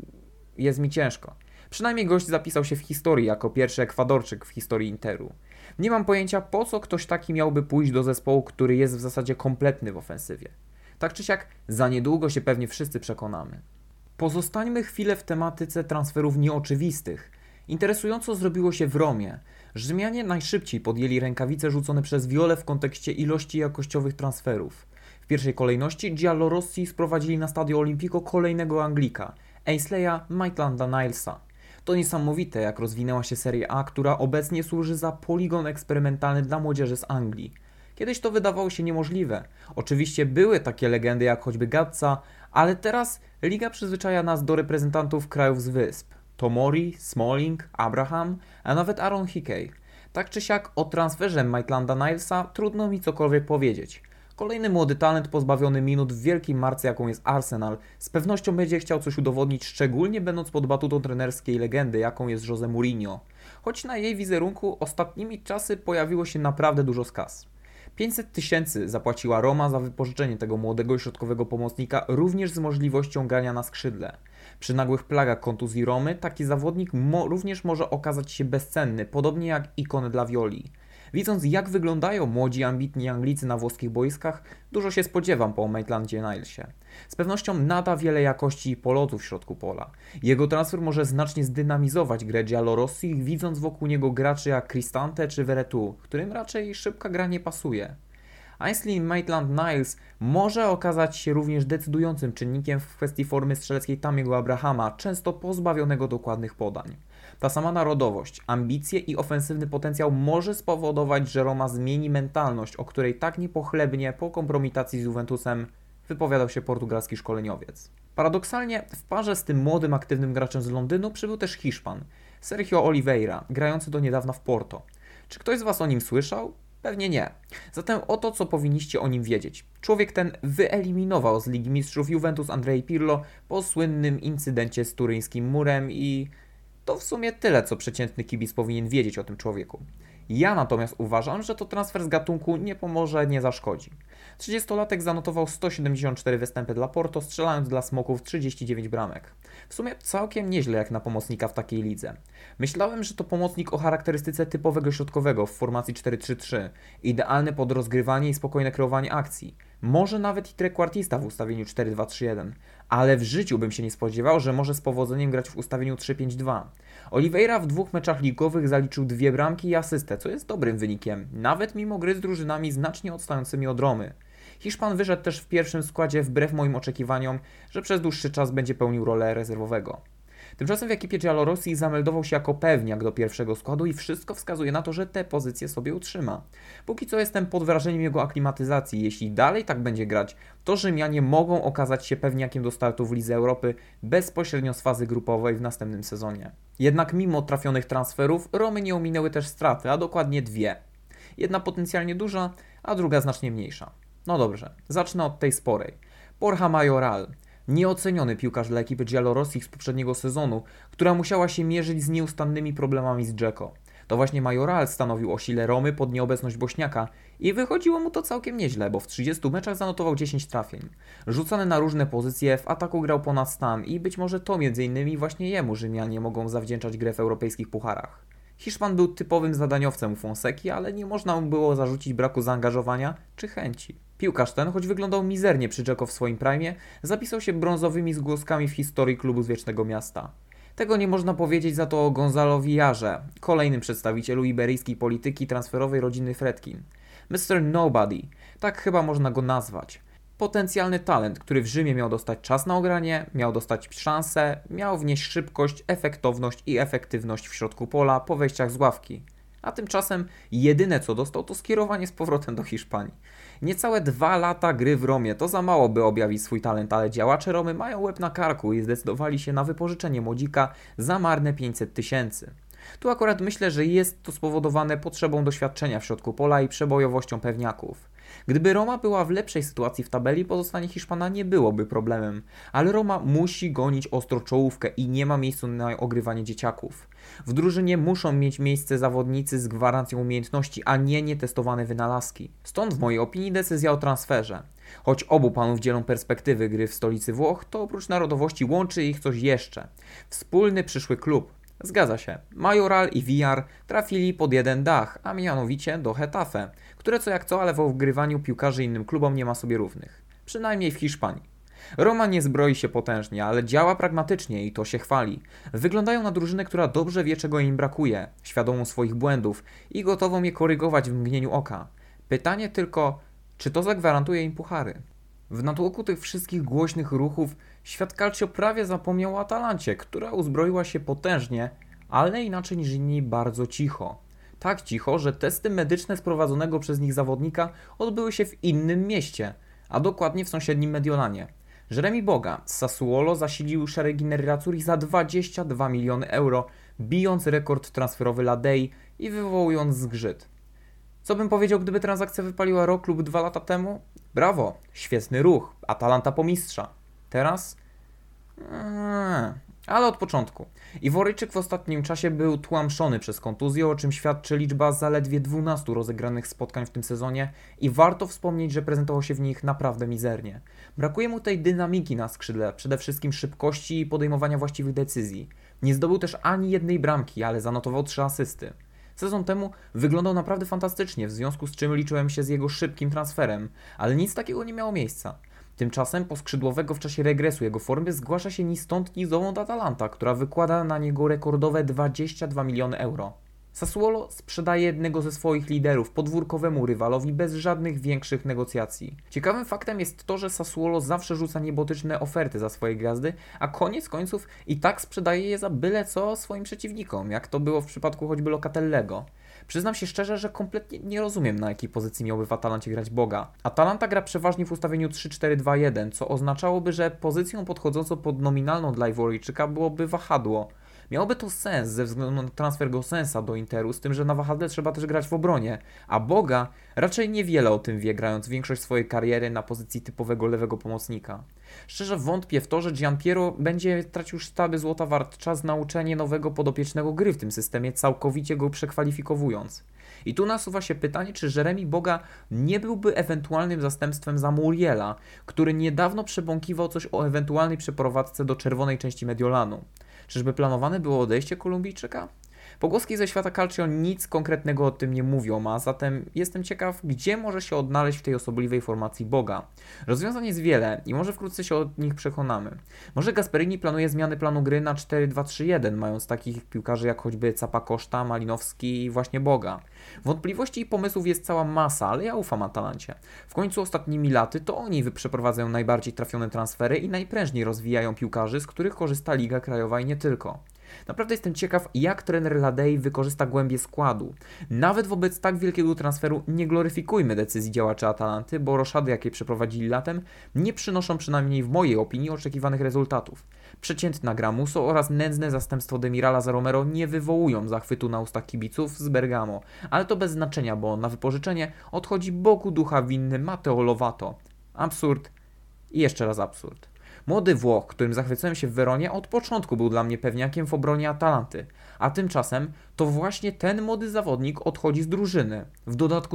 jest mi ciężko. Przynajmniej gość zapisał się w historii jako pierwszy Ekwadorczyk w historii Interu. Nie mam pojęcia, po co ktoś taki miałby pójść do zespołu, który jest w zasadzie kompletny w ofensywie. Tak czy siak, za niedługo się pewnie wszyscy przekonamy. Pozostańmy chwilę w tematyce transferów nieoczywistych. Interesująco zrobiło się w Romie. Rzymianie najszybciej podjęli rękawice rzucone przez Violę w kontekście ilości jakościowych transferów. W pierwszej kolejności Giallorossi sprowadzili na Stadio Olimpico kolejnego Anglika, Ainsley'a Maitland-Nilesa. To niesamowite, jak rozwinęła się Serie A, która obecnie służy za poligon eksperymentalny dla młodzieży z Anglii. Kiedyś to wydawało się niemożliwe. Oczywiście były takie legendy jak choćby Gazza, ale teraz liga przyzwyczaja nas do reprezentantów krajów z wysp. Tomori, Smalling, Abraham, a nawet Aaron Hickey. Tak czy siak o transferze Maitland-Nilesa trudno mi cokolwiek powiedzieć. Kolejny młody talent pozbawiony minut w wielkiej marce, jaką jest Arsenal, z pewnością będzie chciał coś udowodnić, szczególnie będąc pod batutą trenerskiej legendy, jaką jest Jose Mourinho. Choć na jej wizerunku ostatnimi czasy pojawiło się naprawdę dużo skas. 500 000 zapłaciła Roma za wypożyczenie tego młodego i środkowego pomocnika, również z możliwością grania na skrzydle. Przy nagłych plagach kontuzji Romy taki zawodnik również może okazać się bezcenny, podobnie jak ikon dla Violi. Widząc, jak wyglądają młodzi, ambitni Anglicy na włoskich boiskach, dużo się spodziewam po Maitlandzie-Nilesie. Z pewnością nada wiele jakości i polotu w środku pola. Jego transfer może znacznie zdynamizować grę Giallorossi, widząc wokół niego graczy jak Cristante czy Veretout, którym raczej szybka gra nie pasuje. Ainsley Maitland-Niles może okazać się również decydującym czynnikiem w kwestii formy strzeleckiej Tamiego Abrahama, często pozbawionego dokładnych podań. Ta sama narodowość, ambicje i ofensywny potencjał może spowodować, że Roma zmieni mentalność, o której tak niepochlebnie po kompromitacji z Juventusem wypowiadał się portugalski szkoleniowiec. Paradoksalnie w parze z tym młodym, aktywnym graczem z Londynu przybył też Hiszpan, Sergio Oliveira, grający do niedawna w Porto. Czy ktoś z Was o nim słyszał? Pewnie nie. Zatem oto co powinniście o nim wiedzieć. Człowiek ten wyeliminował z Ligi Mistrzów Juventus Andrei Pirlo po słynnym incydencie z turyńskim murem i To w sumie tyle, co przeciętny kibic powinien wiedzieć o tym człowieku. Ja natomiast uważam, że to transfer z gatunku nie pomoże, nie zaszkodzi. 30-latek zanotował 174 występy dla Porto, strzelając dla Smoków 39 bramek. W sumie całkiem nieźle jak na pomocnika w takiej lidze. Myślałem, że to pomocnik o charakterystyce typowego środkowego w formacji 4-3-3, idealny pod rozgrywanie i spokojne kreowanie akcji. Może nawet i trequartista w ustawieniu 4-2-3-1, ale w życiu bym się nie spodziewał, że może z powodzeniem grać w ustawieniu 3-5-2. Oliveira w 2 meczach ligowych zaliczył 2 bramki i asystę, co jest dobrym wynikiem, nawet mimo gry z drużynami znacznie odstającymi od Romy. Hiszpan wyszedł też w pierwszym składzie wbrew moim oczekiwaniom, że przez dłuższy czas będzie pełnił rolę rezerwowego. Tymczasem w ekipie Giallorossi zameldował się jako pewniak do pierwszego składu i wszystko wskazuje na to, że tę pozycję sobie utrzyma. Póki co jestem pod wrażeniem jego aklimatyzacji. Jeśli dalej tak będzie grać, to Rzymianie mogą okazać się pewniakiem do startu w Lidze Europy bezpośrednio z fazy grupowej w następnym sezonie. Jednak mimo trafionych transferów, Romy nie ominęły też straty, a dokładnie 2. Jedna potencjalnie duża, a druga znacznie mniejsza. No dobrze, zacznę od tej sporej. Borja Mayoral. Nieoceniony piłkarz dla ekipy Giallorossi z poprzedniego sezonu, która musiała się mierzyć z nieustannymi problemami z Dzeko. To właśnie Mayoral stanowił o sile Romy pod nieobecność Bośniaka i wychodziło mu to całkiem nieźle, bo w 30 meczach zanotował 10 trafień. Rzucany na różne pozycje, w ataku grał ponad stan i być może to m.in. właśnie jemu Rzymianie mogą zawdzięczać grę w europejskich pucharach. Hiszpan był typowym zadaniowcem u Fonseki, ale nie można mu było zarzucić braku zaangażowania czy chęci. Piłkarz ten, choć wyglądał mizernie przy Dzeko w swoim prime, zapisał się brązowymi zgłoskami w historii klubu z Wiecznego Miasta. Tego nie można powiedzieć za to o Gonzalo Villarze, kolejnym przedstawicielu iberyjskiej polityki transferowej rodziny Fredkin. Mr. Nobody, tak chyba można go nazwać. Potencjalny talent, który w Rzymie miał dostać czas na ogranie, miał dostać szansę, miał wnieść szybkość, efektowność i efektywność w środku pola po wejściach z ławki. A tymczasem jedyne co dostał to skierowanie z powrotem do Hiszpanii. Niecałe 2 lata gry w Romie to za mało, by objawić swój talent, ale działacze Romy mają łeb na karku i zdecydowali się na wypożyczenie młodzika za marne 500 000. Tu akurat myślę, że jest to spowodowane potrzebą doświadczenia w środku pola i przebojowością pewniaków. Gdyby Roma była w lepszej sytuacji w tabeli, pozostanie Hiszpana nie byłoby problemem, ale Roma musi gonić ostro czołówkę i nie ma miejsca na ogrywanie dzieciaków. W drużynie muszą mieć miejsce zawodnicy z gwarancją umiejętności, a nie nietestowane wynalazki. Stąd w mojej opinii decyzja o transferze. Choć obu panów dzielą perspektywy gry w stolicy Włoch, to oprócz narodowości łączy ich coś jeszcze. Wspólny przyszły klub. Zgadza się, Mayoral i Villar trafili pod jeden dach, a mianowicie do Getafe, które co jak co, ale w ogrywaniu piłkarzy innym klubom nie ma sobie równych. Przynajmniej w Hiszpanii. Roma nie zbroi się potężnie, ale działa pragmatycznie i to się chwali. Wyglądają na drużynę, która dobrze wie, czego im brakuje, świadomą swoich błędów i gotową je korygować w mgnieniu oka. Pytanie tylko, czy to zagwarantuje im puchary? W natłoku tych wszystkich głośnych ruchów świat calcio prawie zapomniał o Atalancie, która uzbroiła się potężnie, ale inaczej niż inni bardzo cicho. Tak cicho, że testy medyczne sprowadzonego przez nich zawodnika odbyły się w innym mieście, a dokładnie w sąsiednim Mediolanie. Jeremy Boga z Sassuolo zasilił szeregi Nerazzurri za 22 miliony euro, bijąc rekord transferowy La Dei i wywołując zgrzyt. Co bym powiedział, gdyby transakcja wypaliła rok lub 2 lata temu? Brawo, świetny ruch, Atalanta po mistrza. Teraz? Ale od początku. Iworyjczyk w ostatnim czasie był tłamszony przez kontuzję, o czym świadczy liczba zaledwie 12 rozegranych spotkań w tym sezonie i warto wspomnieć, że prezentował się w nich naprawdę mizernie. Brakuje mu tej dynamiki na skrzydle, przede wszystkim szybkości i podejmowania właściwych decyzji. Nie zdobył też ani jednej bramki, ale zanotował 3 asysty. Sezon temu wyglądał naprawdę fantastycznie, w związku z czym liczyłem się z jego szybkim transferem, ale nic takiego nie miało miejsca. Tymczasem po skrzydłowego w czasie regresu jego formy zgłasza się ni stąd ni zowąd Atalanta, która wykłada na niego rekordowe 22 miliony euro. Sassuolo sprzedaje jednego ze swoich liderów podwórkowemu rywalowi bez żadnych większych negocjacji. Ciekawym faktem jest to, że Sassuolo zawsze rzuca niebotyczne oferty za swoje gwiazdy, a koniec końców i tak sprzedaje je za byle co swoim przeciwnikom, jak to było w przypadku choćby Locatellego. Przyznam się szczerze, że kompletnie nie rozumiem, na jakiej pozycji miałby w Atalancie grać Boga. Atalanta gra przeważnie w ustawieniu 3-4-2-1, co oznaczałoby, że pozycją podchodzącą pod nominalną dla Iworyjczyka byłoby wahadło. Miałoby to sens ze względu na transfer Gossensa do Interu, z tym, że na wahadle trzeba też grać w obronie, a Boga raczej niewiele o tym wie, grając większość swojej kariery na pozycji typowego lewego pomocnika. Szczerze wątpię w to, że Gianpiero będzie tracił sztaby złota wart czas na uczenie nowego podopiecznego gry w tym systemie, całkowicie go przekwalifikowując. I tu nasuwa się pytanie, czy Jeremy Boga nie byłby ewentualnym zastępstwem za Muriela, który niedawno przebąkiwał coś o ewentualnej przeprowadzce do czerwonej części Mediolanu. Czyżby planowane było odejście Kolumbijczyka? Pogłoski ze świata Calcio nic konkretnego o tym nie mówią, a zatem jestem ciekaw, gdzie może się odnaleźć w tej osobliwej formacji Boga. Rozwiązań jest wiele i może wkrótce się od nich przekonamy. Może Gasperini planuje zmianę planu gry na 4-2-3-1, mając takich piłkarzy jak choćby Zappacosta, Malinowski i właśnie Boga. Wątpliwości i pomysłów jest cała masa, ale ja ufam Atalancie. W końcu ostatnimi laty to oni przeprowadzają najbardziej trafione transfery i najprężniej rozwijają piłkarzy, z których korzysta Liga Krajowa i nie tylko. Naprawdę jestem ciekaw, jak trener Ladei wykorzysta głębię składu. Nawet wobec tak wielkiego transferu nie gloryfikujmy decyzji działaczy Atalanty, bo roszady, jakie przeprowadzili latem, nie przynoszą przynajmniej w mojej opinii oczekiwanych rezultatów. Przeciętna gra Musso oraz nędzne zastępstwo Demirala za Romero nie wywołują zachwytu na ustach kibiców z Bergamo, ale to bez znaczenia, bo na wypożyczenie odchodzi Bogu ducha winny Matteo Lovato. Absurd i jeszcze raz absurd. Młody Włoch, którym zachwycałem się w Weronie, od początku był dla mnie pewniakiem w obronie Atalanty, a tymczasem to właśnie ten młody zawodnik odchodzi z drużyny, w dodatku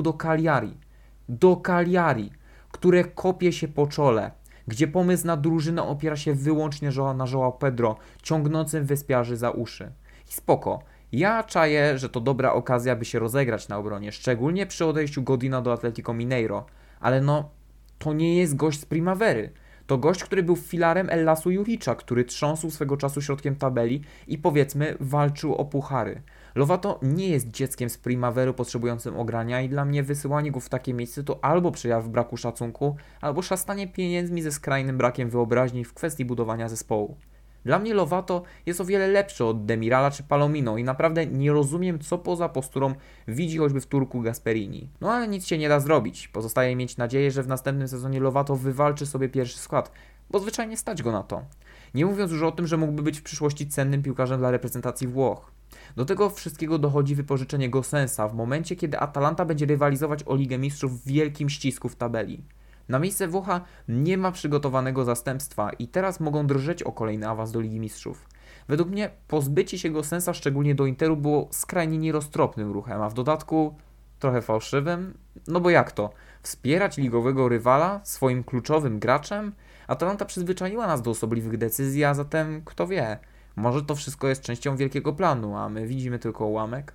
do Cagliari, które kopie się po czole, gdzie pomysł na drużynę opiera się wyłącznie na João Pedro, ciągnącym wyspiarzy za uszy. I spoko, ja czaję, że to dobra okazja, by się rozegrać na obronie, szczególnie przy odejściu Godina do Atletico Mineiro, ale no, to nie jest gość z Primavery. To gość, który był filarem Ellasu Juricza, który trząsł swego czasu środkiem tabeli i powiedzmy walczył o puchary. Lovato nie jest dzieckiem z Primavery potrzebującym ogrania i dla mnie wysyłanie go w takie miejsce to albo przejaw braku szacunku, albo szastanie pieniędzmi ze skrajnym brakiem wyobraźni w kwestii budowania zespołu. Dla mnie Lovato jest o wiele lepszy od Demirala czy Palomino i naprawdę nie rozumiem, co poza posturą widzi choćby w Turku Gasperini. No ale nic się nie da zrobić. Pozostaje mieć nadzieję, że w następnym sezonie Lovato wywalczy sobie pierwszy skład, bo zwyczajnie stać go na to. Nie mówiąc już o tym, że mógłby być w przyszłości cennym piłkarzem dla reprezentacji Włoch. Do tego wszystkiego dochodzi wypożyczenie Gossensa w momencie, kiedy Atalanta będzie rywalizować o Ligę Mistrzów w wielkim ścisku w tabeli. Na miejsce Włocha nie ma przygotowanego zastępstwa i teraz mogą drżeć o kolejny awans do Ligi Mistrzów. Według mnie pozbycie się Gossensa, szczególnie do Interu, było skrajnie nieroztropnym ruchem, a w dodatku trochę fałszywym. No bo jak to? Wspierać ligowego rywala swoim kluczowym graczem? Atalanta przyzwyczaiła nas do osobliwych decyzji, a zatem kto wie, może to wszystko jest częścią wielkiego planu, a my widzimy tylko ułamek?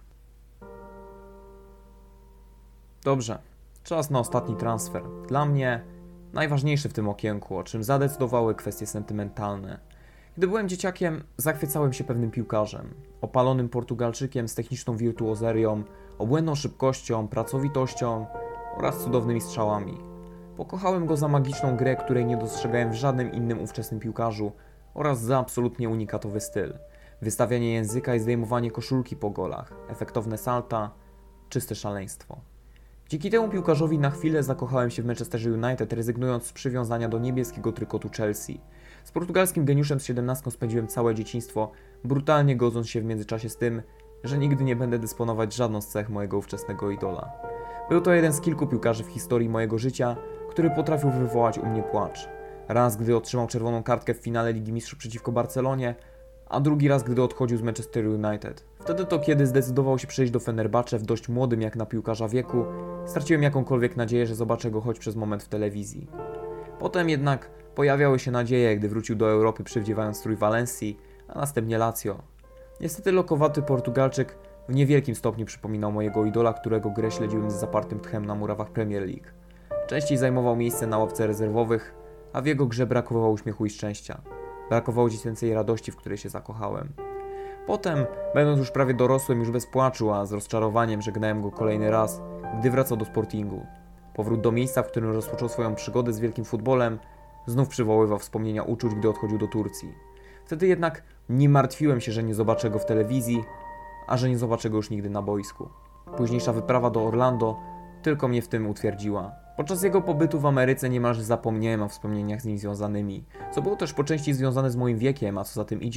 Dobrze. Czas na ostatni transfer. Dla mnie najważniejszy w tym okienku, o czym zadecydowały kwestie sentymentalne. Gdy byłem dzieciakiem, zachwycałem się pewnym piłkarzem. Opalonym Portugalczykiem z techniczną wirtuozerią, obłędną szybkością, pracowitością oraz cudownymi strzałami. Pokochałem go za magiczną grę, której nie dostrzegałem w żadnym innym ówczesnym piłkarzu oraz za absolutnie unikatowy styl. Wystawianie języka i zdejmowanie koszulki po golach, efektowne salta, czyste szaleństwo. Dzięki temu piłkarzowi na chwilę zakochałem się w Manchester United, rezygnując z przywiązania do niebieskiego trykotu Chelsea. Z portugalskim geniuszem z 17 spędziłem całe dzieciństwo, brutalnie godząc się w międzyczasie z tym, że nigdy nie będę dysponować żadną z cech mojego ówczesnego idola. Był to jeden z kilku piłkarzy w historii mojego życia, który potrafił wywołać u mnie płacz. Raz, gdy otrzymał czerwoną kartkę w finale Ligi Mistrzów przeciwko Barcelonie, a drugi raz, gdy odchodził z Manchester United. Wtedy to, kiedy zdecydował się przejść do Fenerbahce w dość młodym jak na piłkarza wieku, straciłem jakąkolwiek nadzieję, że zobaczę go choć przez moment w telewizji. Potem jednak pojawiały się nadzieje, gdy wrócił do Europy przywdziewając strój Walencji, a następnie Lazio. Niestety lokowaty Portugalczyk w niewielkim stopniu przypominał mojego idola, którego grę śledziłem z zapartym tchem na murawach Premier League. Częściej zajmował miejsce na ławce rezerwowych, a w jego grze brakowało uśmiechu i szczęścia. Brakowało dziecięcej radości, w której się zakochałem. Potem, będąc już prawie dorosłym, już bez płaczu, a z rozczarowaniem żegnałem go kolejny raz, gdy wracał do Sportingu. Powrót do miejsca, w którym rozpoczął swoją przygodę z wielkim futbolem, znów przywoływał wspomnienia uczuć, gdy odchodził do Turcji. Wtedy jednak nie martwiłem się, że nie zobaczę go w telewizji, a że nie zobaczę go już nigdy na boisku. Późniejsza wyprawa do Orlando tylko mnie w tym utwierdziła. Podczas jego pobytu w Ameryce niemalże zapomniałem o wspomnieniach z nim związanymi, co było też po części związane z moim wiekiem, a co za tym idzie,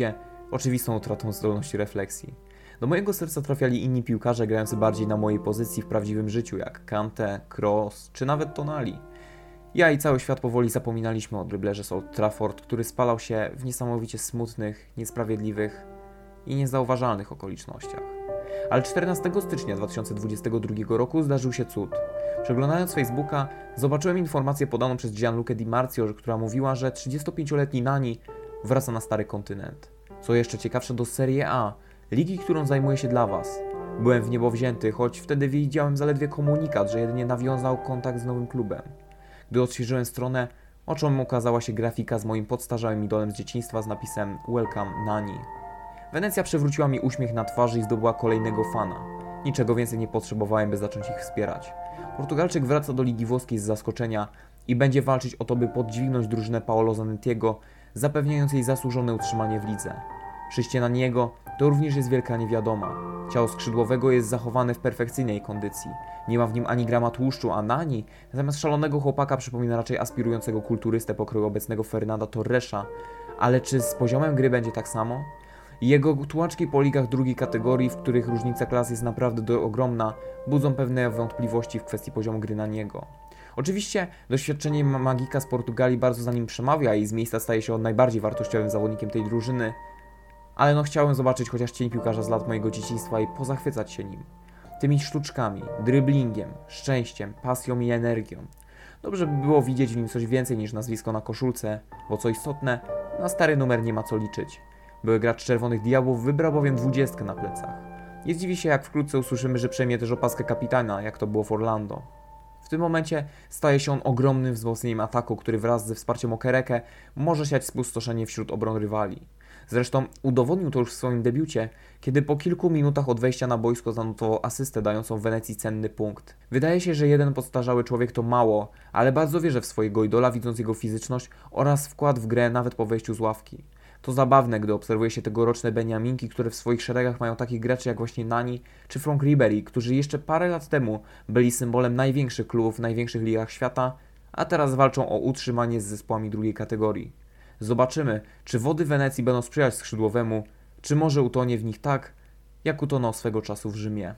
oczywistą utratą zdolności refleksji. Do mojego serca trafiali inni piłkarze grający bardziej na mojej pozycji w prawdziwym życiu, jak Kante, Kroos czy nawet Tonali. Ja i cały świat powoli zapominaliśmy o dryblerze z Old Trafford, który spalał się w niesamowicie smutnych, niesprawiedliwych i niezauważalnych okolicznościach. Ale 14 stycznia 2022 roku zdarzył się cud. Przeglądając Facebooka, zobaczyłem informację podaną przez Gianluca Di Marzio, która mówiła, że 35-letni Nani wraca na stary kontynent. Co jeszcze ciekawsze, do Serie A, ligi, którą zajmuję się dla Was. Byłem w niebo wzięty, choć wtedy widziałem zaledwie komunikat, że jedynie nawiązał kontakt z nowym klubem. Gdy odświeżyłem stronę, oczom ukazała się grafika z moim podstarzałym idolem z dzieciństwa z napisem Welcome Nani. Wenecja przywróciła mi uśmiech na twarzy i zdobyła kolejnego fana. Niczego więcej nie potrzebowałem, by zacząć ich wspierać. Portugalczyk wraca do Ligi Włoskiej z zaskoczenia i będzie walczyć o to, by podźwignąć drużynę Paolo Zanettiego, zapewniając jej zasłużone utrzymanie w lidze. Przyjście na niego to również jest wielka niewiadoma. Ciało skrzydłowego jest zachowane w perfekcyjnej kondycji. Nie ma w nim ani grama tłuszczu, a Nani zamiast szalonego chłopaka przypomina raczej aspirującego kulturystę pokroju obecnego Fernanda Torresa. Ale czy z poziomem gry będzie tak samo? Jego tułaczki po ligach drugiej kategorii, w których różnica klas jest naprawdę ogromna, budzą pewne wątpliwości w kwestii poziomu gry na niego. Oczywiście doświadczenie magika z Portugalii bardzo za nim przemawia i z miejsca staje się on najbardziej wartościowym zawodnikiem tej drużyny, ale chciałem zobaczyć chociaż cień piłkarza z lat mojego dzieciństwa i pozachwycać się nim. Tymi sztuczkami, dryblingiem, szczęściem, pasją i energią. Dobrze by było widzieć w nim coś więcej niż nazwisko na koszulce, bo co istotne, na stary numer nie ma co liczyć. Były gracz Czerwonych Diabłów wybrał bowiem 20 na plecach. Nie zdziwi się, jak wkrótce usłyszymy, że przejmie też opaskę kapitana, jak to było w Orlando. W tym momencie staje się on ogromnym wzmocnieniem ataku, który wraz ze wsparciem Okereke może siać spustoszenie wśród obron rywali. Zresztą udowodnił to już w swoim debiucie, kiedy po kilku minutach od wejścia na boisko zanotował asystę dającą Wenecji cenny punkt. Wydaje się, że jeden podstarzały człowiek to mało, ale bardzo wierzę w swojego idola, widząc jego fizyczność oraz wkład w grę nawet po wejściu z ławki. To zabawne, gdy obserwuje się tegoroczne Beniaminki, które w swoich szeregach mają takich graczy jak właśnie Nani czy Franck Ribéry, którzy jeszcze parę lat temu byli symbolem największych klubów w największych ligach świata, a teraz walczą o utrzymanie z zespołami drugiej kategorii. Zobaczymy, czy wody Wenecji będą sprzyjać skrzydłowemu, czy może utonie w nich tak, jak utonął swego czasu w Rzymie.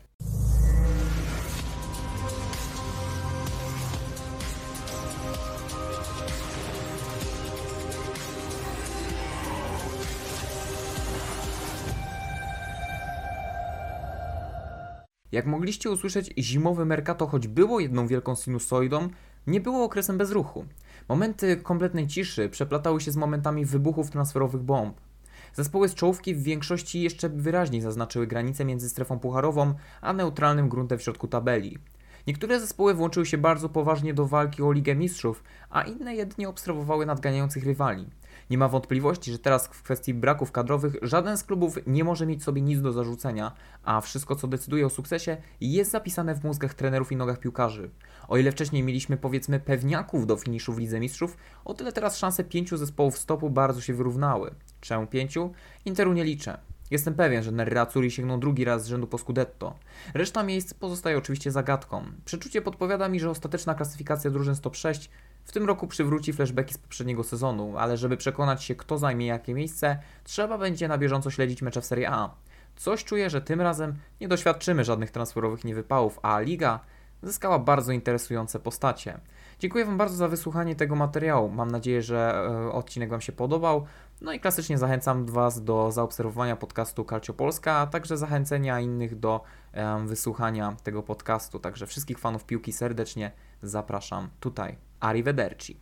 Jak mogliście usłyszeć, zimowe Mercato, choć było jedną wielką sinusoidą, nie było okresem bez ruchu. Momenty kompletnej ciszy przeplatały się z momentami wybuchów transferowych bomb. Zespoły z czołówki w większości jeszcze wyraźniej zaznaczyły granicę między strefą pucharową a neutralnym gruntem w środku tabeli. Niektóre zespoły włączyły się bardzo poważnie do walki o Ligę Mistrzów, a inne jedynie obserwowały nadganiających rywali. Nie ma wątpliwości, że teraz w kwestii braków kadrowych żaden z klubów nie może mieć sobie nic do zarzucenia, a wszystko, co decyduje o sukcesie, jest zapisane w mózgach trenerów i nogach piłkarzy. O ile wcześniej mieliśmy, powiedzmy, pewniaków do finiszu w Lidze Mistrzów, o tyle teraz szanse 5 zespołów z topu bardzo się wyrównały. Czemu 5? Interu nie liczę. Jestem pewien, że Nerazzurri sięgną drugi raz z rzędu po Scudetto. Reszta miejsc pozostaje oczywiście zagadką. Przeczucie podpowiada mi, że ostateczna klasyfikacja drużyn z top 6 w tym roku przywróci flashbacki z poprzedniego sezonu, ale żeby przekonać się, kto zajmie jakie miejsce, trzeba będzie na bieżąco śledzić mecze w Serie A. Coś czuję, że tym razem nie doświadczymy żadnych transferowych niewypałów, a Liga zyskała bardzo interesujące postacie. Dziękuję Wam bardzo za wysłuchanie tego materiału. Mam nadzieję, że odcinek Wam się podobał. No i klasycznie zachęcam Was do zaobserwowania podcastu Calcio Polska, a także zachęcenia innych do wysłuchania tego podcastu. Także wszystkich fanów piłki serdecznie zapraszam tutaj. Arrivederci.